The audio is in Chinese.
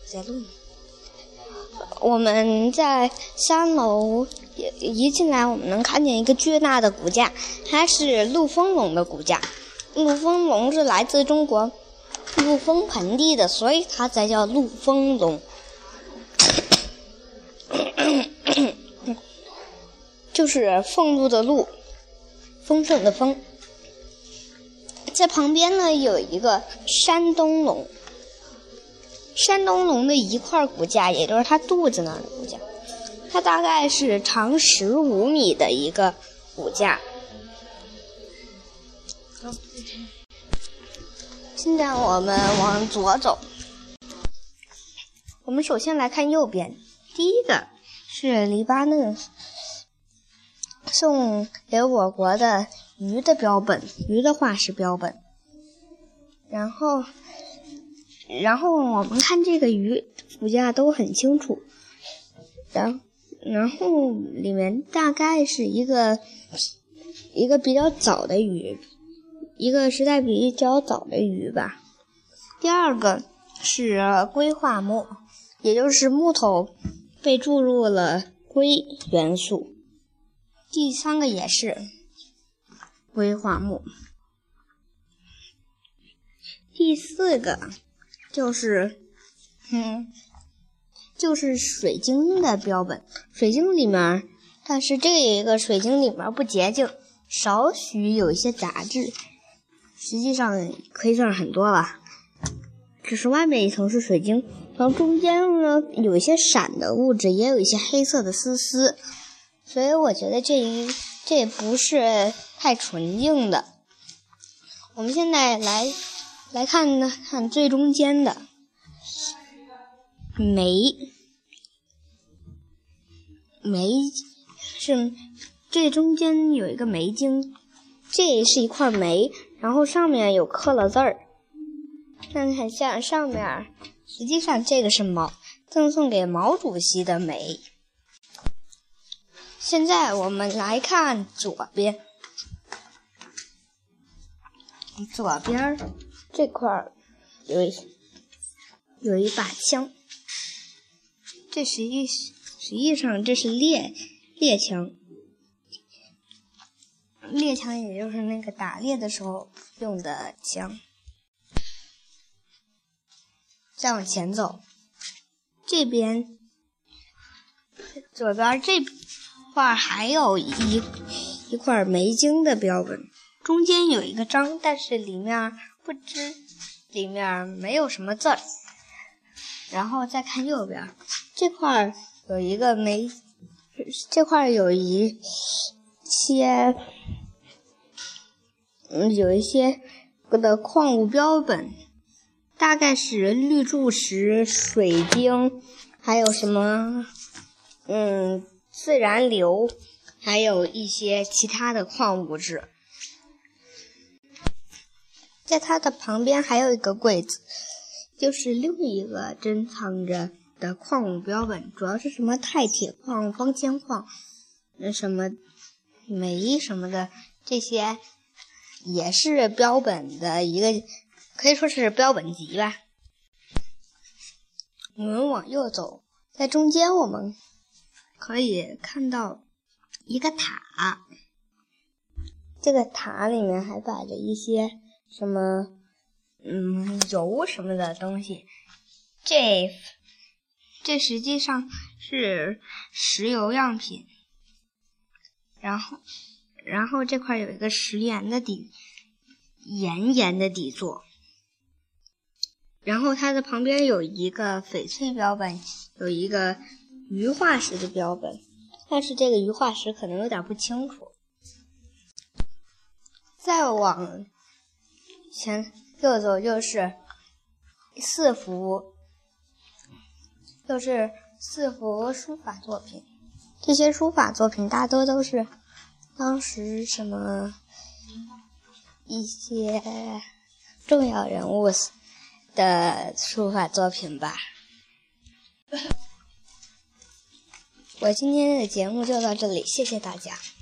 在录呢。我们在3楼一进来，我们能看见一个巨大的骨架，它是陆丰龙的骨架。陆丰龙是来自中国陆丰盆地的，所以它才叫陆丰龙。就是俸禄的禄，丰盛的丰。在旁边呢有一个山东龙，山东龙的一块骨架，也就是它肚子那儿的骨架，它大概是长15米的一个骨架。现在我们往左走，我们首先来看右边，第一个是黎巴嫩送给我国的鱼的标本，鱼的化石标本。然后我们看这个鱼骨架都很清楚，然后里面大概是一个比较早的鱼，一个时代比较早的鱼吧。第二个是硅化木，也就是木头被注入了硅元素。第三个也是硅化木。第四个就是水晶的标本。水晶里面，但是这个水晶里面不洁净，少许有一些杂质，实际上可以算是很多了。只是外面一层是水晶，然后中间呢有一些闪的物质，也有一些黑色的丝丝，所以我觉得这不是太纯净的。我们现在来看最中间的煤是最中间有一个煤晶，这是一块煤，然后上面有刻了字儿。看看上面，实际上这个是赠送给毛主席的煤。现在我们来看左边，这块有一把枪，这实际上这是猎枪，猎枪也就是那个打猎的时候用的枪。再往前走，这边左边这块还有一块煤晶的标本，中间有一个章，但是里面没有什么字儿。然后再看右边，这块有一个有一些的矿物标本，大概是绿柱石、水晶，还有什么自然硫，还有一些其他的矿物质。在它的旁边还有一个柜子，就是另一个珍藏着的矿物标本，主要是什么钛铁矿、方铅矿，什么煤什么的，这些也是标本的一个，可以说是标本集吧。我们往右走，在中间我们可以看到一个塔，这个塔里面还摆着一些什么油什么的东西，这实际上是石油样品。然后这块有一个石岩的岩的底座，然后它的旁边有一个翡翠标本，有一个鱼化石的标本，但是这个鱼化石可能有点不清楚。再往前右走就是4幅书法作品，这些书法作品大多都是当时什么一些重要人物的书法作品吧。我今天的节目就到这里，谢谢大家。